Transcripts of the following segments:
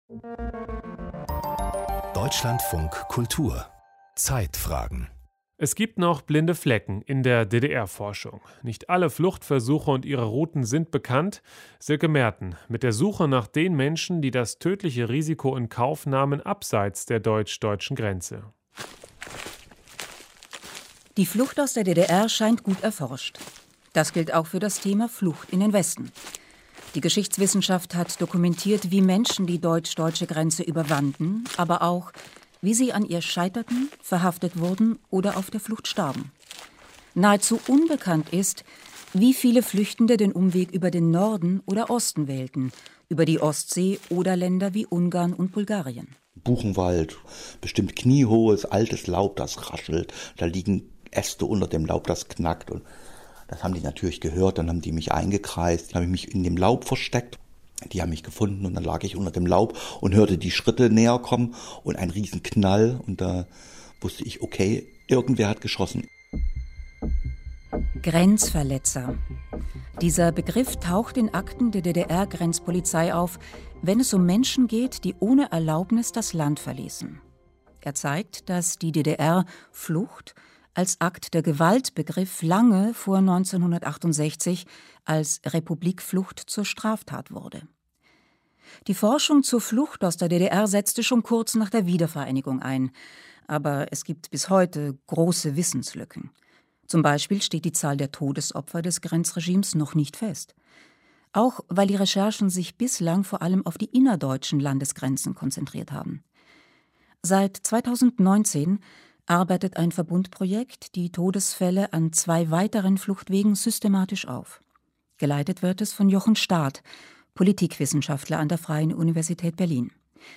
Deutschlandfunk Kultur Zeitfragen. Es gibt noch blinde Flecken in der DDR-Forschung. Nicht alle Fluchtversuche und ihre Routen sind bekannt. Silke Merten mit der Suche nach den Menschen, die das tödliche Risiko in Kauf nahmen abseits der deutsch-deutschen Grenze. Die Flucht aus der DDR scheint gut erforscht. Das gilt auch für das Thema Flucht in den Westen. Die Geschichtswissenschaft hat dokumentiert, wie Menschen die deutsch-deutsche Grenze überwanden, aber auch, wie sie an ihr scheiterten, verhaftet wurden oder auf der Flucht starben. Nahezu unbekannt ist, wie viele Flüchtende den Umweg über den Norden oder Osten wählten, über die Ostsee oder Länder wie Ungarn und Bulgarien. Buchenwald, bestimmt kniehohes, altes Laub, das raschelt, da liegen Äste unter dem Laub, das knackt. Und das haben die natürlich gehört, dann haben die mich eingekreist, dann habe ich mich in dem Laub versteckt. Die haben mich gefunden und dann lag ich unter dem Laub und hörte die Schritte näher kommen und ein riesen Knall. Und da wusste ich, okay, irgendwer hat geschossen. Grenzverletzer. Dieser Begriff taucht in Akten der DDR-Grenzpolizei auf, wenn es um Menschen geht, die ohne Erlaubnis das Land verließen. Er zeigt, dass die DDR Flucht als Akt der Gewalt begriff lange vor 1968 als Republikflucht zur Straftat wurde. Die Forschung zur Flucht aus der DDR setzte schon kurz nach der Wiedervereinigung ein, aber es gibt bis heute große Wissenslücken. Zum Beispiel steht die Zahl der Todesopfer des Grenzregimes noch nicht fest. Auch weil die Recherchen sich bislang vor allem auf die innerdeutschen Landesgrenzen konzentriert haben. Seit 2019 arbeitet ein Verbundprojekt die Todesfälle an 2 weiteren Fluchtwegen systematisch auf. Geleitet wird es von Jochen Staat, Politikwissenschaftler an der Freien Universität Berlin.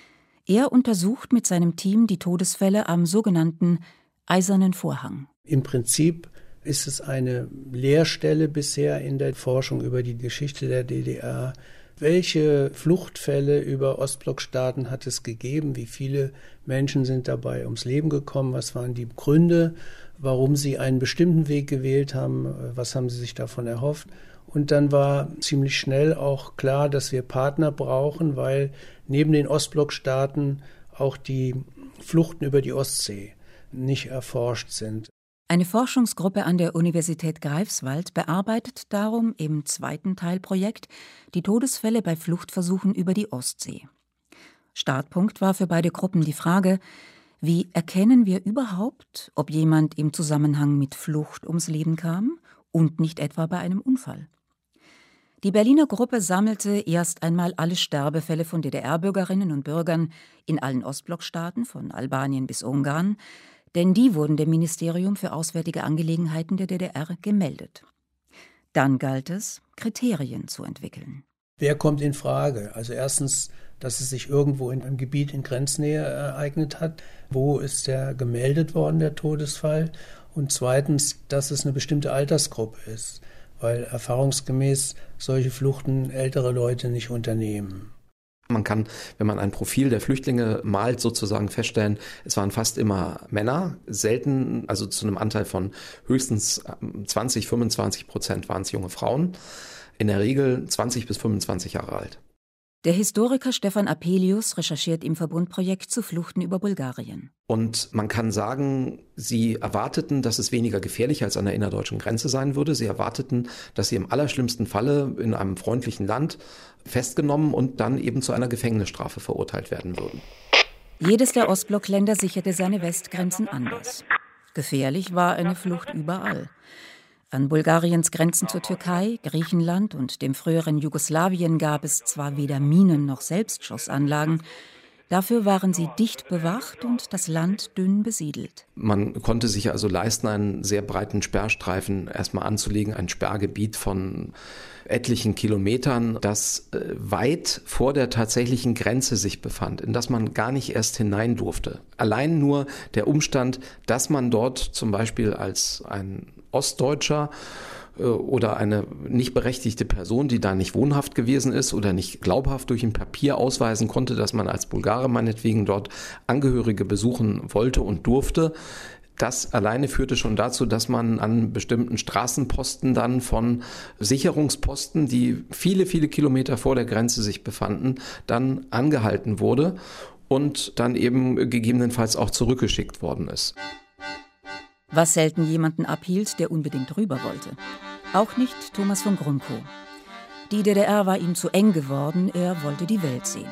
Er untersucht mit seinem Team die Todesfälle am sogenannten Eisernen Vorhang. Im Prinzip ist es eine Leerstelle bisher in der Forschung über die Geschichte der DDR. Welche Fluchtfälle über Ostblockstaaten hat es gegeben? Wie viele Menschen sind dabei ums Leben gekommen? Was waren die Gründe, warum sie einen bestimmten Weg gewählt haben? Was haben sie sich davon erhofft? Und dann war ziemlich schnell auch klar, dass wir Partner brauchen, weil neben den Ostblockstaaten auch die Fluchten über die Ostsee nicht erforscht sind. Eine Forschungsgruppe an der Universität Greifswald bearbeitet darum im zweiten Teilprojekt die Todesfälle bei Fluchtversuchen über die Ostsee. Startpunkt war für beide Gruppen die Frage, wie erkennen wir überhaupt, ob jemand im Zusammenhang mit Flucht ums Leben kam und nicht etwa bei einem Unfall. Die Berliner Gruppe sammelte erst einmal alle Sterbefälle von DDR-Bürgerinnen und Bürgern in allen Ostblockstaaten, von Albanien bis Ungarn, denn die wurden dem Ministerium für Auswärtige Angelegenheiten der DDR gemeldet. Dann galt es, Kriterien zu entwickeln. Wer kommt in Frage? Also erstens, dass es sich irgendwo in einem Gebiet in Grenznähe ereignet hat. Wo ist der gemeldet worden, der Todesfall? Und zweitens, dass es eine bestimmte Altersgruppe ist, weil erfahrungsgemäß solche Fluchten ältere Leute nicht unternehmen. Man kann, wenn man ein Profil der Flüchtlinge malt, sozusagen feststellen, es waren fast immer Männer, selten, also zu einem Anteil von höchstens 20-25% waren es junge Frauen, in der Regel 20 bis 25 Jahre alt. Der Historiker Stefan Apelius recherchiert im Verbundprojekt zu Fluchten über Bulgarien. Und man kann sagen, sie erwarteten, dass es weniger gefährlich als an der innerdeutschen Grenze sein würde. Sie erwarteten, dass sie im allerschlimmsten Falle in einem freundlichen Land festgenommen und dann eben zu einer Gefängnisstrafe verurteilt werden würden. Jedes der Ostblockländer sicherte seine Westgrenzen anders. Gefährlich war eine Flucht überall. An Bulgariens Grenzen zur Türkei, Griechenland und dem früheren Jugoslawien gab es zwar weder Minen noch Selbstschussanlagen, dafür waren sie dicht bewacht und das Land dünn besiedelt. Man konnte sich also leisten, einen sehr breiten Sperrstreifen erstmal anzulegen, ein Sperrgebiet von etlichen Kilometern, das weit vor der tatsächlichen Grenze sich befand, in das man gar nicht erst hinein durfte. Allein nur der Umstand, dass man dort zum Beispiel als ein Ostdeutscher oder eine nicht berechtigte Person, die da nicht wohnhaft gewesen ist oder nicht glaubhaft durch ein Papier ausweisen konnte, dass man als Bulgare meinetwegen dort Angehörige besuchen wollte und durfte, Das alleine führte schon dazu, dass man an bestimmten Straßenposten dann von Sicherungsposten, die viele, viele Kilometer vor der Grenze sich befanden, dann angehalten wurde und dann eben gegebenenfalls auch zurückgeschickt worden ist. Was selten jemanden abhielt, der unbedingt rüber wollte. Auch nicht Thomas von Grumkow. Die DDR war ihm zu eng geworden, er wollte die Welt sehen.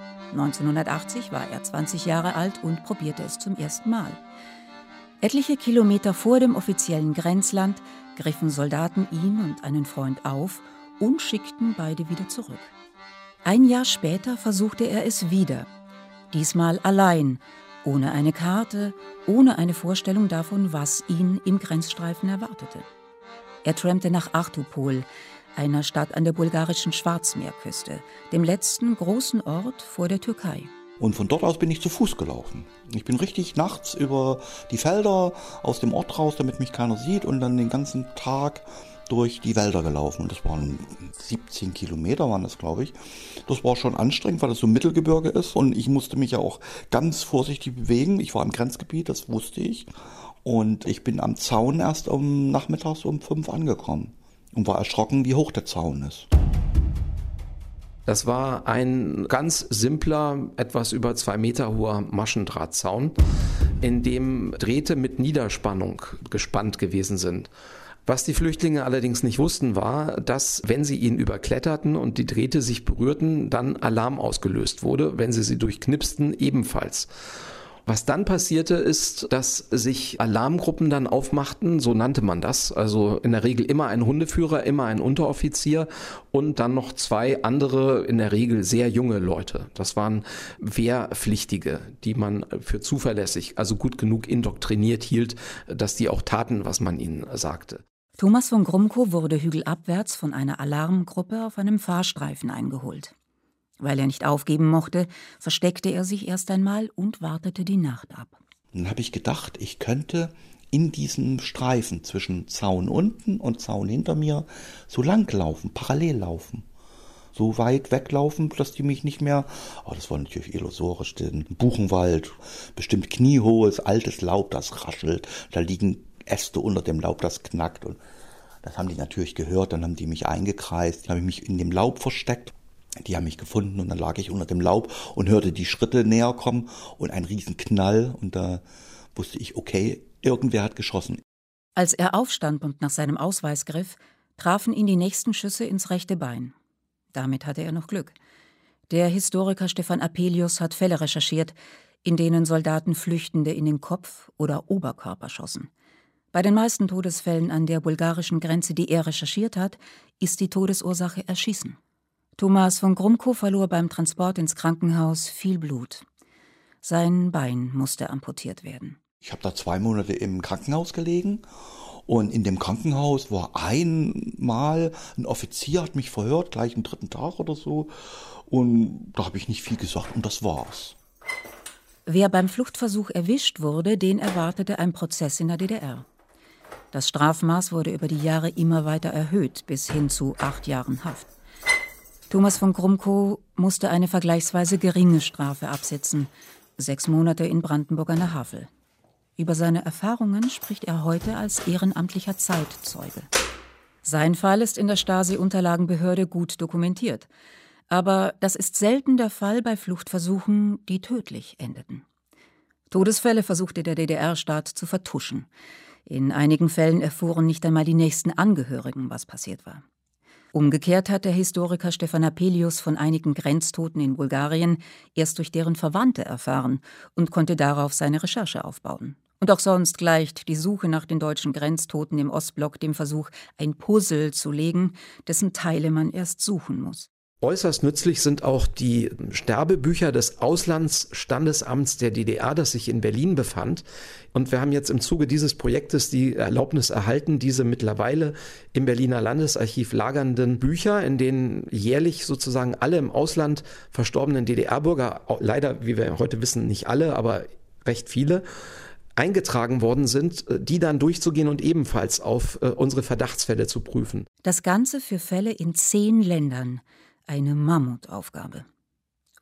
1980 war er 20 Jahre alt und probierte es zum ersten Mal. Etliche Kilometer vor dem offiziellen Grenzland griffen Soldaten ihn und einen Freund auf und schickten beide wieder zurück. Ein Jahr später versuchte er es wieder. Diesmal allein, ohne eine Karte, ohne eine Vorstellung davon, was ihn im Grenzstreifen erwartete. Er trampte nach Artupol, einer Stadt an der bulgarischen Schwarzmeerküste, dem letzten großen Ort vor der Türkei. Und von dort aus bin ich zu Fuß gelaufen. Ich bin richtig nachts über die Felder aus dem Ort raus, damit mich keiner sieht, und dann den ganzen Tag durch die Wälder gelaufen. Und das waren 17 Kilometer, waren das, glaube ich. Das war schon anstrengend, weil das so ein Mittelgebirge ist. Und ich musste mich ja auch ganz vorsichtig bewegen. Ich war im Grenzgebiet, das wusste ich. Und ich bin am Zaun erst nachmittags um 5 angekommen und war erschrocken, wie hoch der Zaun ist. Das war ein ganz simpler, etwas über 2 Meter hoher Maschendrahtzaun, in dem Drähte mit Niederspannung gespannt gewesen sind. Was die Flüchtlinge allerdings nicht wussten, war, dass, wenn sie ihn überkletterten und die Drähte sich berührten, dann Alarm ausgelöst wurde, wenn sie durchknipsten, ebenfalls. Was dann passierte, ist, dass sich Alarmgruppen dann aufmachten, so nannte man das. Also in der Regel immer ein Hundeführer, immer ein Unteroffizier und dann noch 2 andere, in der Regel sehr junge Leute. Das waren Wehrpflichtige, die man für zuverlässig, also gut genug indoktriniert hielt, dass die auch taten, was man ihnen sagte. Thomas von Grumkow wurde hügelabwärts von einer Alarmgruppe auf einem Fahrstreifen eingeholt. Weil er nicht aufgeben mochte, versteckte er sich erst einmal und wartete die Nacht ab. Dann habe ich gedacht, ich könnte in diesem Streifen zwischen Zaun unten und Zaun hinter mir so lang laufen, parallel laufen. So weit weglaufen, dass die mich nicht mehr... das war natürlich illusorisch, den Buchenwald, bestimmt kniehohes, altes Laub, das raschelt. Da liegen Äste unter dem Laub, das knackt. Und das haben die natürlich gehört, dann haben die mich eingekreist, dann habe ich mich in dem Laub versteckt. Die haben mich gefunden und dann lag ich unter dem Laub und hörte die Schritte näher kommen und einen riesen Knall. Und da wusste ich, okay, irgendwer hat geschossen. Als er aufstand und nach seinem Ausweis griff, trafen ihn die nächsten Schüsse ins rechte Bein. Damit hatte er noch Glück. Der Historiker Stefan Apelius hat Fälle recherchiert, in denen Soldaten Flüchtende in den Kopf oder Oberkörper schossen. Bei den meisten Todesfällen an der bulgarischen Grenze, die er recherchiert hat, ist die Todesursache Erschießen. Thomas von Grumkow verlor beim Transport ins Krankenhaus viel Blut. Sein Bein musste amputiert werden. Ich habe da 2 Monate im Krankenhaus gelegen und in dem Krankenhaus war einmal ein Offizier, hat mich verhört, gleich am 3. Tag oder so, und da habe ich nicht viel gesagt und das war's. Wer beim Fluchtversuch erwischt wurde, den erwartete ein Prozess in der DDR. Das Strafmaß wurde über die Jahre immer weiter erhöht, bis hin zu 8 Jahren Haft. Thomas von Grumkow musste eine vergleichsweise geringe Strafe absitzen, 6 Monate in Brandenburg an der Havel. Über seine Erfahrungen spricht er heute als ehrenamtlicher Zeitzeuge. Sein Fall ist in der Stasi-Unterlagenbehörde gut dokumentiert. Aber das ist selten der Fall bei Fluchtversuchen, die tödlich endeten. Todesfälle versuchte der DDR-Staat zu vertuschen. In einigen Fällen erfuhren nicht einmal die nächsten Angehörigen, was passiert war. Umgekehrt hat der Historiker Stefan Apelius von einigen Grenztoten in Bulgarien erst durch deren Verwandte erfahren und konnte darauf seine Recherche aufbauen. Und auch sonst gleicht die Suche nach den deutschen Grenztoten im Ostblock dem Versuch, ein Puzzle zu legen, dessen Teile man erst suchen muss. Äußerst nützlich sind auch die Sterbebücher des Auslandsstandesamts der DDR, das sich in Berlin befand. Und wir haben jetzt im Zuge dieses Projektes die Erlaubnis erhalten, diese mittlerweile im Berliner Landesarchiv lagernden Bücher, in denen jährlich sozusagen alle im Ausland verstorbenen DDR-Bürger, leider, wie wir heute wissen, nicht alle, aber recht viele, eingetragen worden sind, die dann durchzugehen und ebenfalls auf unsere Verdachtsfälle zu prüfen. Das Ganze für Fälle in 10 Ländern. Eine Mammutaufgabe.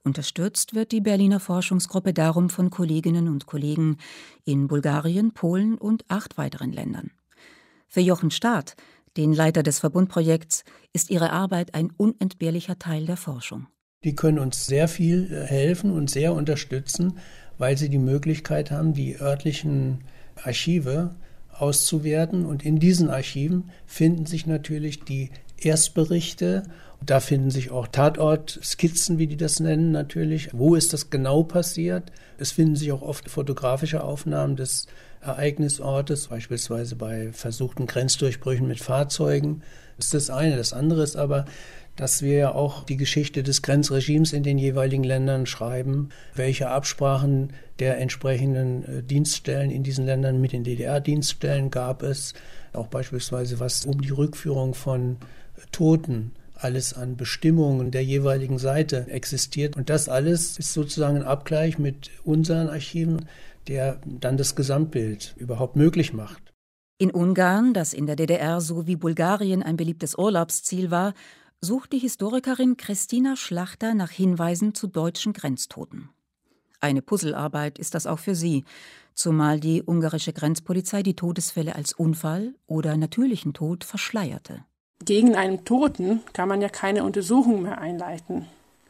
Unterstützt wird die Berliner Forschungsgruppe darum von Kolleginnen und Kollegen in Bulgarien, Polen und 8 weiteren Ländern. Für Jochen Staat, den Leiter des Verbundprojekts, ist ihre Arbeit ein unentbehrlicher Teil der Forschung. Die können uns sehr viel helfen und sehr unterstützen, weil sie die Möglichkeit haben, die örtlichen Archive auszuwerten. Und in diesen Archiven finden sich natürlich die Erstberichte. Da finden sich auch Tatortskizzen, wie die das nennen, natürlich. Wo ist das genau passiert? Es finden sich auch oft fotografische Aufnahmen des Ereignisortes, beispielsweise bei versuchten Grenzdurchbrüchen mit Fahrzeugen. Das ist das eine. Das andere ist aber, dass wir ja auch die Geschichte des Grenzregimes in den jeweiligen Ländern schreiben, welche Absprachen der entsprechenden Dienststellen in diesen Ländern mit den DDR-Dienststellen gab es, auch beispielsweise was um die Rückführung von Toten alles an Bestimmungen der jeweiligen Seite existiert. Und das alles ist sozusagen ein Abgleich mit unseren Archiven, der dann das Gesamtbild überhaupt möglich macht. In Ungarn, das in der DDR sowie Bulgarien ein beliebtes Urlaubsziel war, sucht die Historikerin Christina Schlachter nach Hinweisen zu deutschen Grenztoten. Eine Puzzlearbeit ist das auch für sie, zumal die ungarische Grenzpolizei die Todesfälle als Unfall oder natürlichen Tod verschleierte. Gegen einen Toten kann man ja keine Untersuchung mehr einleiten.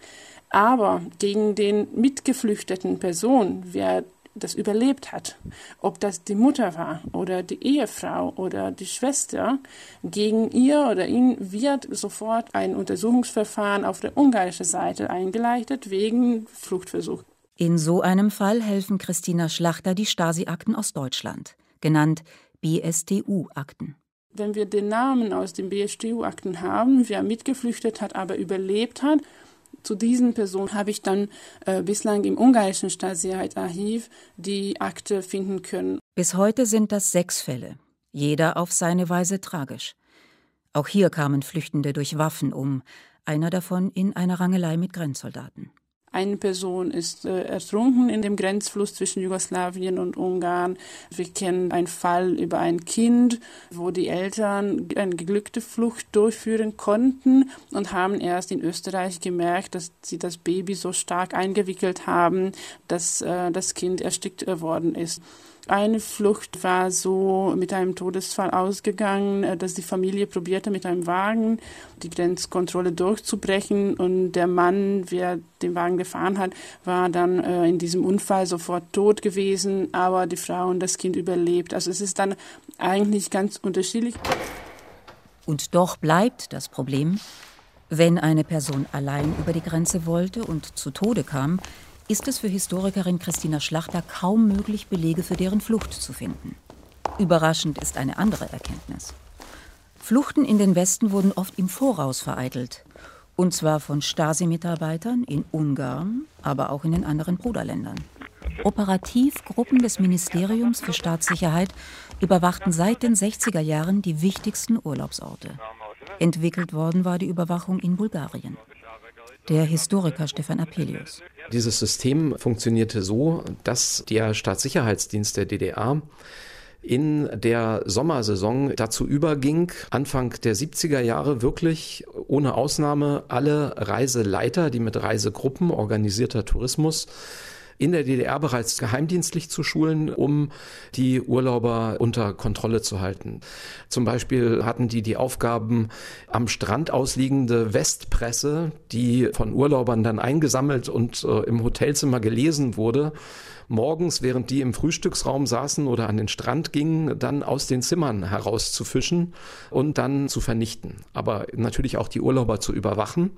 Aber gegen den mitgeflüchteten Person, wer das überlebt hat, ob das die Mutter war oder die Ehefrau oder die Schwester, gegen ihr oder ihn wird sofort ein Untersuchungsverfahren auf der ungarischen Seite eingeleitet wegen Fluchtversuch. In so einem Fall helfen Christina Schlachter die Stasi-Akten aus Deutschland, genannt BSTU-Akten. Wenn wir den Namen aus den BSTU-Akten haben, wer mitgeflüchtet hat, aber überlebt hat, zu diesen Personen habe ich dann bislang im ungarischen Staatssicherheitsarchiv die Akte finden können. Bis heute sind das 6 Fälle, jeder auf seine Weise tragisch. Auch hier kamen Flüchtende durch Waffen um, einer davon in einer Rangelei mit Grenzsoldaten. Eine Person ist ertrunken in dem Grenzfluss zwischen Jugoslawien und Ungarn. Wir kennen einen Fall über ein Kind, wo die Eltern eine geglückte Flucht durchführen konnten und haben erst in Österreich gemerkt, dass sie das Baby so stark eingewickelt haben, dass das Kind erstickt worden ist. Eine Flucht war so mit einem Todesfall ausgegangen, dass die Familie probierte, mit einem Wagen die Grenzkontrolle durchzubrechen. Und der Mann, der den Wagen gefahren hat, war dann in diesem Unfall sofort tot gewesen, aber die Frau und das Kind überlebt. Also es ist dann eigentlich ganz unterschiedlich. Und doch bleibt das Problem, wenn eine Person allein über die Grenze wollte und zu Tode kam, ist es für Historikerin Christina Schlachter kaum möglich, Belege für deren Flucht zu finden. Überraschend ist eine andere Erkenntnis. Fluchten in den Westen wurden oft im Voraus vereitelt. Und zwar von Stasi-Mitarbeitern in Ungarn, aber auch in den anderen Bruderländern. Operativgruppen des Ministeriums für Staatssicherheit überwachten seit den 60er Jahren die wichtigsten Urlaubsorte. Entwickelt worden war die Überwachung in Bulgarien. Der Historiker Stefan Apelius. Dieses System funktionierte so, dass der Staatssicherheitsdienst der DDR in der Sommersaison dazu überging, Anfang der 70er Jahre wirklich ohne Ausnahme alle Reiseleiter, die mit Reisegruppen, organisierter Tourismus, in der DDR bereits geheimdienstlich zu schulen, um die Urlauber unter Kontrolle zu halten. Zum Beispiel hatten die Aufgaben, am Strand ausliegende Westpresse, die von Urlaubern dann eingesammelt und im Hotelzimmer gelesen wurde, morgens, während die im Frühstücksraum saßen oder an den Strand gingen, dann aus den Zimmern herauszufischen und dann zu vernichten. Aber natürlich auch die Urlauber zu überwachen.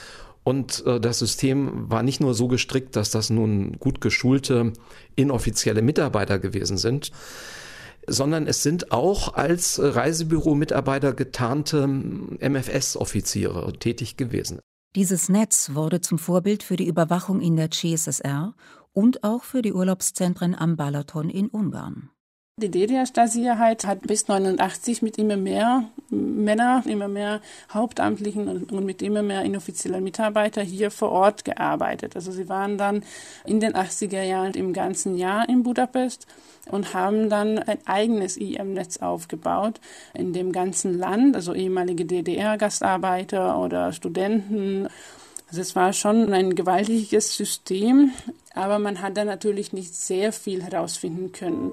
Und das System war nicht nur so gestrickt, dass das nun gut geschulte, inoffizielle Mitarbeiter gewesen sind, sondern es sind auch als Reisebüro-Mitarbeiter getarnte MFS-Offiziere tätig gewesen. Dieses Netz wurde zum Vorbild für die Überwachung in der CSSR und auch für die Urlaubszentren am Balaton in Ungarn. Die DDR-Staatssicherheit hat bis 1989 mit immer mehr Männern, immer mehr Hauptamtlichen und mit immer mehr inoffiziellen Mitarbeitern hier vor Ort gearbeitet. Also sie waren dann in den 80er Jahren im ganzen Jahr in Budapest und haben dann ein eigenes IM-Netz aufgebaut in dem ganzen Land, also ehemalige DDR-Gastarbeiter oder Studenten Also es war schon ein gewaltiges System, aber man hat da natürlich nicht sehr viel herausfinden können.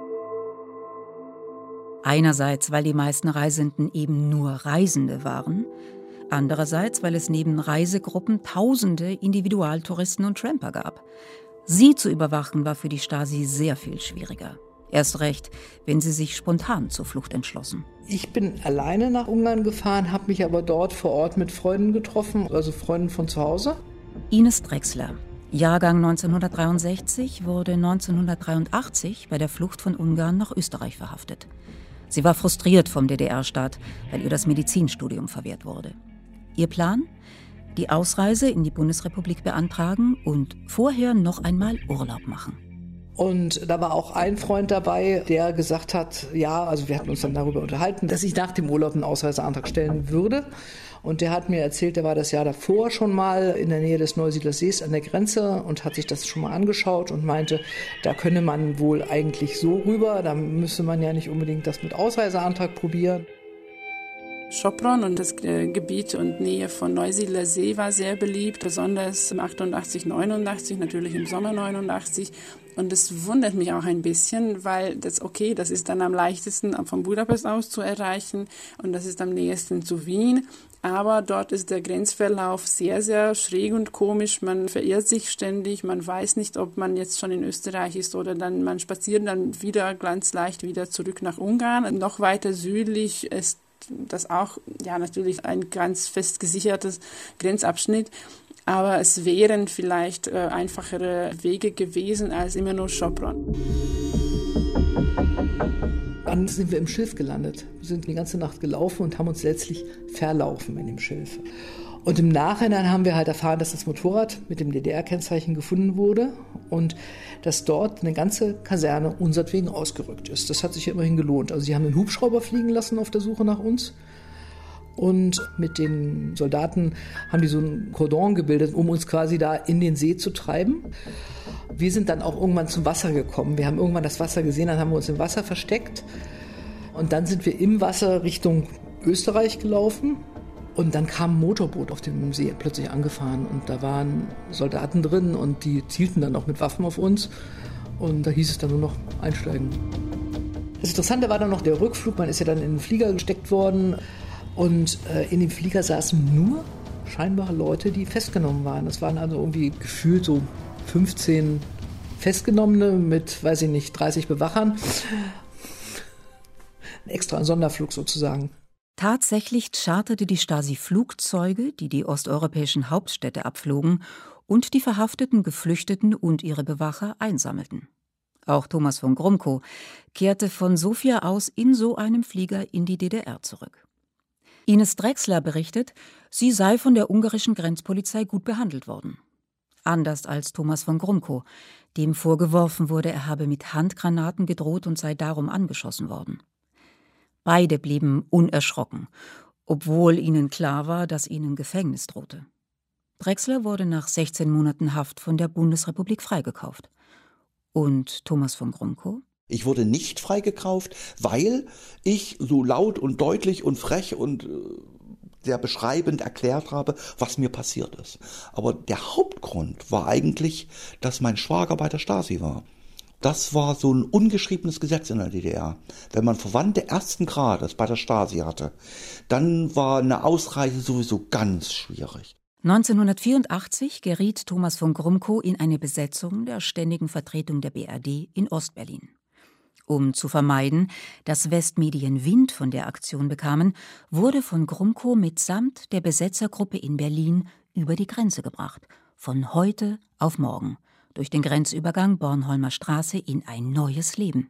Einerseits, weil die meisten Reisenden eben nur Reisende waren, andererseits, weil es neben Reisegruppen tausende Individualtouristen und Tramper gab. Sie zu überwachen war für die Stasi sehr viel schwieriger. Erst recht, wenn sie sich spontan zur Flucht entschlossen. Ich bin alleine nach Ungarn gefahren, habe mich aber dort vor Ort mit Freunden getroffen, also Freunden von zu Hause. Ines Drechsler, Jahrgang 1963, wurde 1983 bei der Flucht von Ungarn nach Österreich verhaftet. Sie war frustriert vom DDR-Staat, weil ihr das Medizinstudium verwehrt wurde. Ihr Plan? Die Ausreise in die Bundesrepublik beantragen und vorher noch einmal Urlaub machen. Und da war auch ein Freund dabei, der gesagt hat, ja, also wir hatten uns dann darüber unterhalten, dass ich nach dem Urlaub einen Ausreiseantrag stellen würde. Und der hat mir erzählt, der war das Jahr davor schon mal in der Nähe des Neusiedler Sees an der Grenze und hat sich das schon mal angeschaut und meinte, da könne man wohl eigentlich so rüber, da müsse man ja nicht unbedingt das mit Ausreiseantrag probieren. Sopron und das Gebiet und Nähe von Neusiedler See war sehr beliebt, besonders im 88, 89, natürlich im Sommer 89. Und das wundert mich auch ein bisschen, weil das ist dann am leichtesten von Budapest aus zu erreichen und das ist am nächsten zu Wien. Aber dort ist der Grenzverlauf sehr, sehr schräg und komisch. Man verirrt sich ständig, man weiß nicht, ob man jetzt schon in Österreich ist oder dann man spaziert dann wieder ganz leicht wieder zurück nach Ungarn. Und noch weiter südlich ist das auch natürlich ein ganz fest gesichertes Grenzabschnitt. Aber es wären vielleicht einfachere Wege gewesen als immer nur Sopron. Dann sind wir im Schilf gelandet. Wir sind die ganze Nacht gelaufen und haben uns letztlich verlaufen in dem Schilf. Und im Nachhinein haben wir halt erfahren, dass das Motorrad mit dem DDR-Kennzeichen gefunden wurde und dass dort eine ganze Kaserne unseretwegen ausgerückt ist. Das hat sich ja immerhin gelohnt. Also sie haben einen Hubschrauber fliegen lassen auf der Suche nach uns. Und mit den Soldaten haben die so ein Kordon gebildet, um uns quasi da in den See zu treiben. Wir sind dann auch irgendwann zum Wasser gekommen. Wir haben irgendwann das Wasser gesehen, dann haben wir uns im Wasser versteckt. Und dann sind wir im Wasser Richtung Österreich gelaufen. Und dann kam ein Motorboot auf dem See plötzlich angefahren. Und da waren Soldaten drin und die zielten dann auch mit Waffen auf uns. Und da hieß es dann nur noch einsteigen. Das Interessante war dann noch der Rückflug. Man ist ja dann in den Flieger gesteckt worden. Und in dem Flieger saßen nur scheinbar Leute, die festgenommen waren. Das waren also irgendwie gefühlt so 15 Festgenommene mit, 30 Bewachern. Extra ein Sonderflug sozusagen. Tatsächlich charterte die Stasi Flugzeuge, die die osteuropäischen Hauptstädte abflogen und die verhafteten Geflüchteten und ihre Bewacher einsammelten. Auch Thomas von Grumko kehrte von Sofia aus in so einem Flieger in die DDR zurück. Ines Drechsler berichtet, sie sei von der ungarischen Grenzpolizei gut behandelt worden. Anders als Thomas von Grumko, dem vorgeworfen wurde, er habe mit Handgranaten gedroht und sei darum angeschossen worden. Beide blieben unerschrocken, obwohl ihnen klar war, dass ihnen Gefängnis drohte. Drechsler wurde nach 16 Monaten Haft von der Bundesrepublik freigekauft. Und Thomas von Grumko? Ich wurde nicht freigekauft, weil ich so laut und deutlich und frech und sehr beschreibend erklärt habe, was mir passiert ist. Aber der Hauptgrund war eigentlich, dass mein Schwager bei der Stasi war. Das war so ein ungeschriebenes Gesetz in der DDR. Wenn man Verwandte ersten Grades bei der Stasi hatte, dann war eine Ausreise sowieso ganz schwierig. 1984 geriet Thomas von Grumko in eine Besetzung der Ständigen Vertretung der BRD in Ostberlin. Um zu vermeiden, dass Westmedien Wind von der Aktion bekamen, wurde von Grumko mitsamt der Besetzergruppe in Berlin über die Grenze gebracht. Von heute auf morgen. Durch den Grenzübergang Bornholmer Straße in ein neues Leben.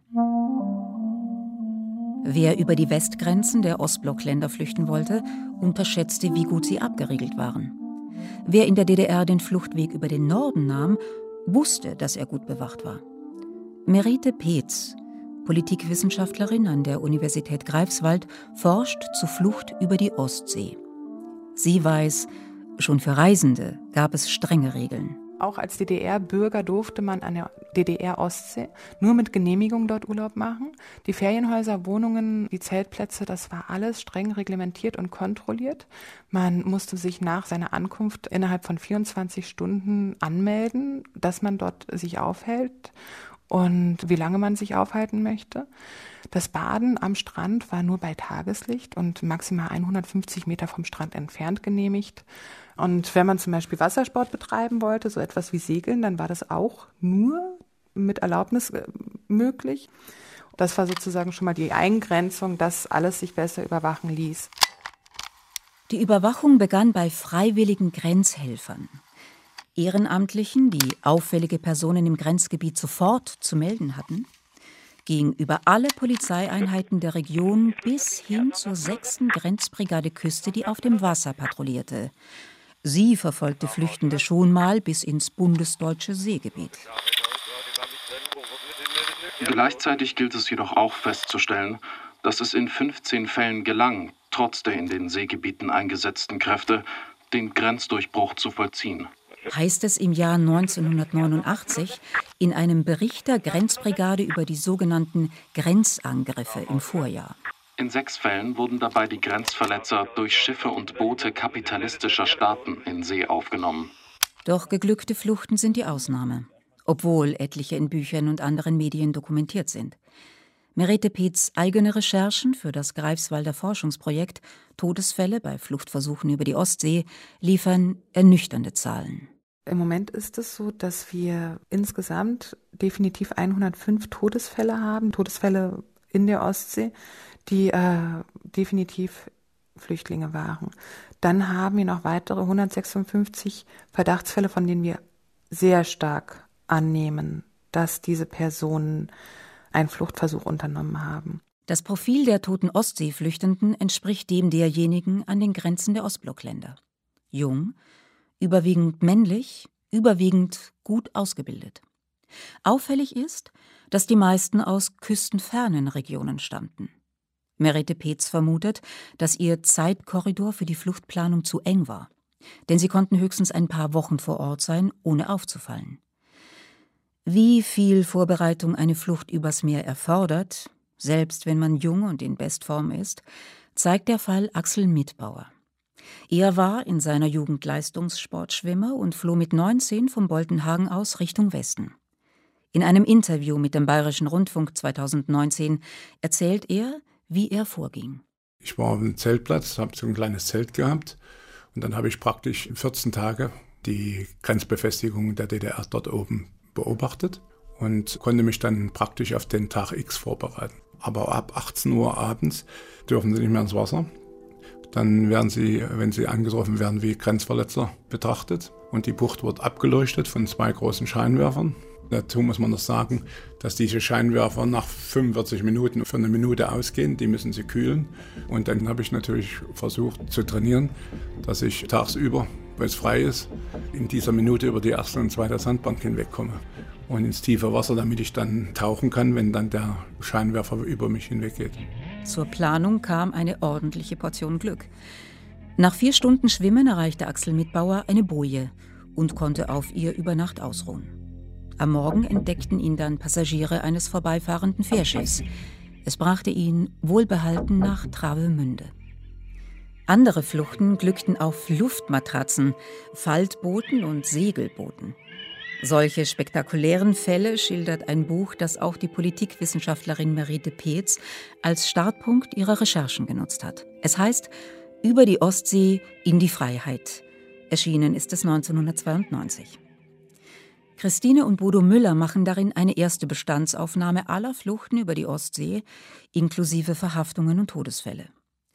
Wer über die Westgrenzen der Ostblockländer flüchten wollte, unterschätzte, wie gut sie abgeriegelt waren. Wer in der DDR den Fluchtweg über den Norden nahm, wusste, dass er gut bewacht war. Merete Peetz, Politikwissenschaftlerin an der Universität Greifswald, forscht zur Flucht über die Ostsee. Sie weiß, schon für Reisende gab es strenge Regeln. Auch als DDR-Bürger durfte man an der DDR-Ostsee nur mit Genehmigung dort Urlaub machen. Die Ferienhäuser, Wohnungen, die Zeltplätze, das war alles streng reglementiert und kontrolliert. Man musste sich nach seiner Ankunft innerhalb von 24 Stunden anmelden, dass man dort sich aufhält und wie lange man sich aufhalten möchte. Das Baden am Strand war nur bei Tageslicht und maximal 150 Meter vom Strand entfernt genehmigt. Und wenn man zum Beispiel Wassersport betreiben wollte, so etwas wie Segeln, dann war das auch nur mit Erlaubnis möglich. Das war sozusagen schon mal die Eingrenzung, dass alles sich besser überwachen ließ. Die Überwachung begann bei freiwilligen Grenzhelfern. Ehrenamtlichen, die auffällige Personen im Grenzgebiet sofort zu melden hatten, ging über alle Polizeieinheiten der Region bis hin zur 6. Grenzbrigade Küste, die auf dem Wasser patrouillierte. Sie verfolgte Flüchtende schon mal bis ins bundesdeutsche Seegebiet. Gleichzeitig gilt es jedoch auch festzustellen, dass es in 15 Fällen gelang, trotz der in den Seegebieten eingesetzten Kräfte, den Grenzdurchbruch zu vollziehen. Heißt es im Jahr 1989 in einem Bericht der Grenzbrigade über die sogenannten Grenzangriffe im Vorjahr. In 6 Fällen wurden dabei die Grenzverletzer durch Schiffe und Boote kapitalistischer Staaten in See aufgenommen. Doch geglückte Fluchten sind die Ausnahme, obwohl etliche in Büchern und anderen Medien dokumentiert sind. Merete Peetz' eigene Recherchen für das Greifswalder Forschungsprojekt Todesfälle bei Fluchtversuchen über die Ostsee liefern ernüchternde Zahlen. Im Moment ist es so, dass wir insgesamt definitiv 105 Todesfälle haben, Todesfälle in der Ostsee, die definitiv Flüchtlinge waren. Dann haben wir noch weitere 156 Verdachtsfälle, von denen wir sehr stark annehmen, dass diese Personen einen Fluchtversuch unternommen haben. Das Profil der toten Ostseeflüchtenden entspricht dem derjenigen an den Grenzen der Ostblockländer. Jung, überwiegend männlich, überwiegend gut ausgebildet. Auffällig ist, dass die meisten aus küstenfernen Regionen stammten. Merete Peetz vermutet, dass ihr Zeitkorridor für die Fluchtplanung zu eng war. Denn sie konnten höchstens ein paar Wochen vor Ort sein, ohne aufzufallen. Wie viel Vorbereitung eine Flucht übers Meer erfordert, selbst wenn man jung und in Bestform ist, zeigt der Fall Axel Mitbauer. Er war in seiner Jugend Leistungssportschwimmer und floh mit 19 vom Boltenhagen aus Richtung Westen. In einem Interview mit dem Bayerischen Rundfunk 2019 erzählt er, wie er vorging. Ich war auf dem Zeltplatz, habe so ein kleines Zelt gehabt und dann habe ich praktisch 14 Tage die Grenzbefestigung der DDR dort oben beobachtet und konnte mich dann praktisch auf den Tag X vorbereiten. Aber ab 18 Uhr abends dürfen sie nicht mehr ins Wasser. Dann werden sie, wenn sie angetroffen werden, wie Grenzverletzer betrachtet. Und die Bucht wird abgeleuchtet von 2 großen Scheinwerfern. Dazu muss man noch sagen, dass diese Scheinwerfer nach 45 Minuten für eine Minute ausgehen. Die müssen sie kühlen. Und dann habe ich natürlich versucht zu trainieren, dass ich tagsüber, wenn es frei ist, in dieser Minute über die erste und zweite Sandbank hinwegkomme. Und ins tiefe Wasser, damit ich dann tauchen kann, wenn dann der Scheinwerfer über mich hinweggeht. Zur Planung kam eine ordentliche Portion Glück. Nach 4 Stunden Schwimmen erreichte Axel Mitbauer eine Boje und konnte auf ihr über Nacht ausruhen. Am Morgen entdeckten ihn dann Passagiere eines vorbeifahrenden Fährschiffs. Es brachte ihn wohlbehalten nach Travemünde. Andere Fluchten glückten auf Luftmatratzen, Faltbooten und Segelbooten. Solche spektakulären Fälle schildert ein Buch, das auch die Politikwissenschaftlerin Merete Peetz als Startpunkt ihrer Recherchen genutzt hat. Es heißt »Über die Ostsee in die Freiheit«. Erschienen ist es 1992. Christine und Bodo Müller machen darin eine erste Bestandsaufnahme aller Fluchten über die Ostsee, inklusive Verhaftungen und Todesfälle.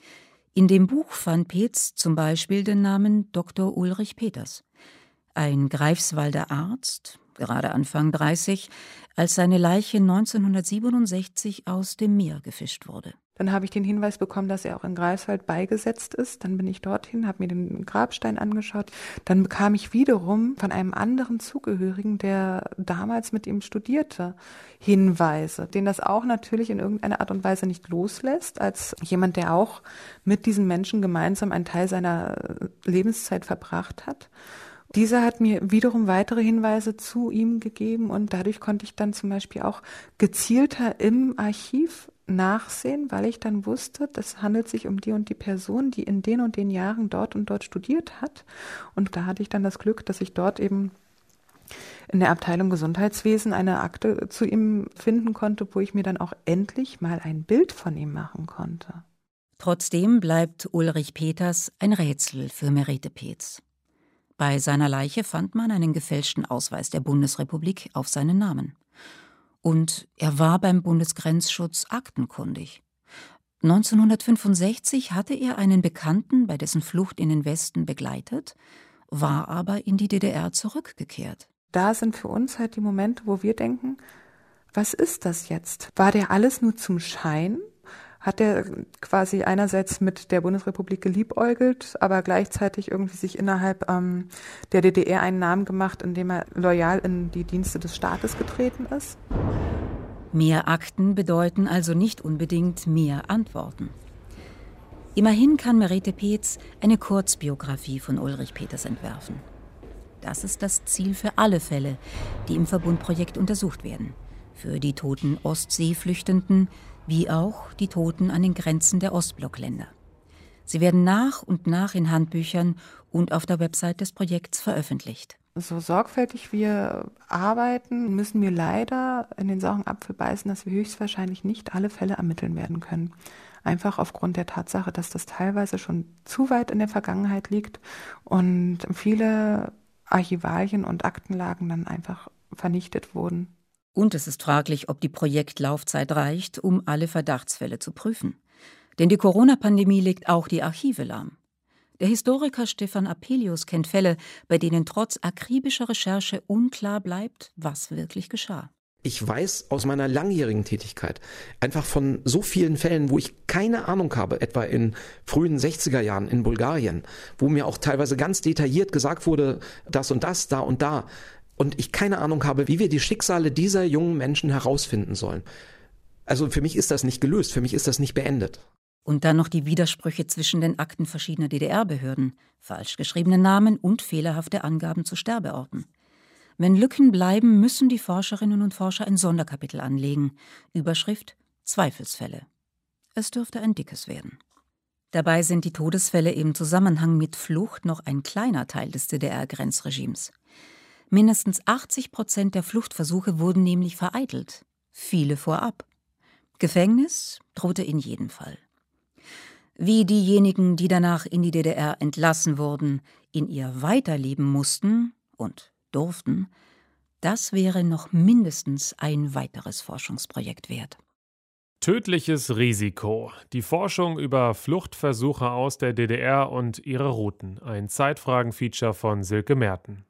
In dem Buch fand Peetz zum Beispiel den Namen Dr. Ulrich Peters, ein Greifswalder Arzt, gerade Anfang 30, als seine Leiche 1967 aus dem Meer gefischt wurde. Dann habe ich den Hinweis bekommen, dass er auch in Greifswald beigesetzt ist. Dann bin ich dorthin, habe mir den Grabstein angeschaut. Dann bekam ich wiederum von einem anderen Zugehörigen, der damals mit ihm studierte, Hinweise, den das auch natürlich in irgendeiner Art und Weise nicht loslässt, als jemand, der auch mit diesen Menschen gemeinsam einen Teil seiner Lebenszeit verbracht hat. Dieser hat mir wiederum weitere Hinweise zu ihm gegeben und dadurch konnte ich dann zum Beispiel auch gezielter im Archiv nachsehen, weil ich dann wusste, das handelt sich um die und die Person, die in den und den Jahren dort und dort studiert hat. Und da hatte ich dann das Glück, dass ich dort eben in der Abteilung Gesundheitswesen eine Akte zu ihm finden konnte, wo ich mir dann auch endlich mal ein Bild von ihm machen konnte. Trotzdem bleibt Ulrich Peters ein Rätsel für Merete Peetz. Bei seiner Leiche fand man einen gefälschten Ausweis der Bundesrepublik auf seinen Namen. Und er war beim Bundesgrenzschutz aktenkundig. 1965 hatte er einen Bekannten bei dessen Flucht in den Westen begleitet, war aber in die DDR zurückgekehrt. Da sind für uns halt die Momente, wo wir denken, was ist das jetzt? War der alles nur zum Schein? Hat er quasi einerseits mit der Bundesrepublik geliebäugelt, aber gleichzeitig irgendwie sich innerhalb der DDR einen Namen gemacht, indem er loyal in die Dienste des Staates getreten ist? Mehr Akten bedeuten also nicht unbedingt mehr Antworten. Immerhin kann Merete Peetz eine Kurzbiografie von Ulrich Peters entwerfen. Das ist das Ziel für alle Fälle, die im Verbundprojekt untersucht werden. Für die toten Ostseeflüchtenden, wie auch die Toten an den Grenzen der Ostblockländer. Sie werden nach und nach in Handbüchern und auf der Website des Projekts veröffentlicht. So sorgfältig wir arbeiten, müssen wir leider in den sauren Apfel beißen, dass wir höchstwahrscheinlich nicht alle Fälle ermitteln werden können. Einfach aufgrund der Tatsache, dass das teilweise schon zu weit in der Vergangenheit liegt und viele Archivalien und Aktenlagen dann einfach vernichtet wurden. Und es ist fraglich, ob die Projektlaufzeit reicht, um alle Verdachtsfälle zu prüfen. Denn die Corona-Pandemie legt auch die Archive lahm. Der Historiker Stefan Apelius kennt Fälle, bei denen trotz akribischer Recherche unklar bleibt, was wirklich geschah. Ich weiß aus meiner langjährigen Tätigkeit einfach von so vielen Fällen, wo ich keine Ahnung habe, etwa in frühen 60er Jahren in Bulgarien, wo mir auch teilweise ganz detailliert gesagt wurde, das und das, da und da. Und ich keine Ahnung habe, wie wir die Schicksale dieser jungen Menschen herausfinden sollen. Also für mich ist das nicht gelöst, für mich ist das nicht beendet. Und dann noch die Widersprüche zwischen den Akten verschiedener DDR-Behörden, falsch geschriebene Namen und fehlerhafte Angaben zu Sterbeorten. Wenn Lücken bleiben, müssen die Forscherinnen und Forscher ein Sonderkapitel anlegen. Überschrift: Zweifelsfälle. Es dürfte ein dickes werden. Dabei sind die Todesfälle im Zusammenhang mit Flucht noch ein kleiner Teil des DDR-Grenzregimes. Mindestens 80% der Fluchtversuche wurden nämlich vereitelt, viele vorab. Gefängnis drohte in jedem Fall. Wie diejenigen, die danach in die DDR entlassen wurden, in ihr weiterleben mussten und durften, das wäre noch mindestens ein weiteres Forschungsprojekt wert. Tödliches Risiko. Die Forschung über Fluchtversuche aus der DDR und ihre Routen. Ein Zeitfragen-Feature von Silke Merten.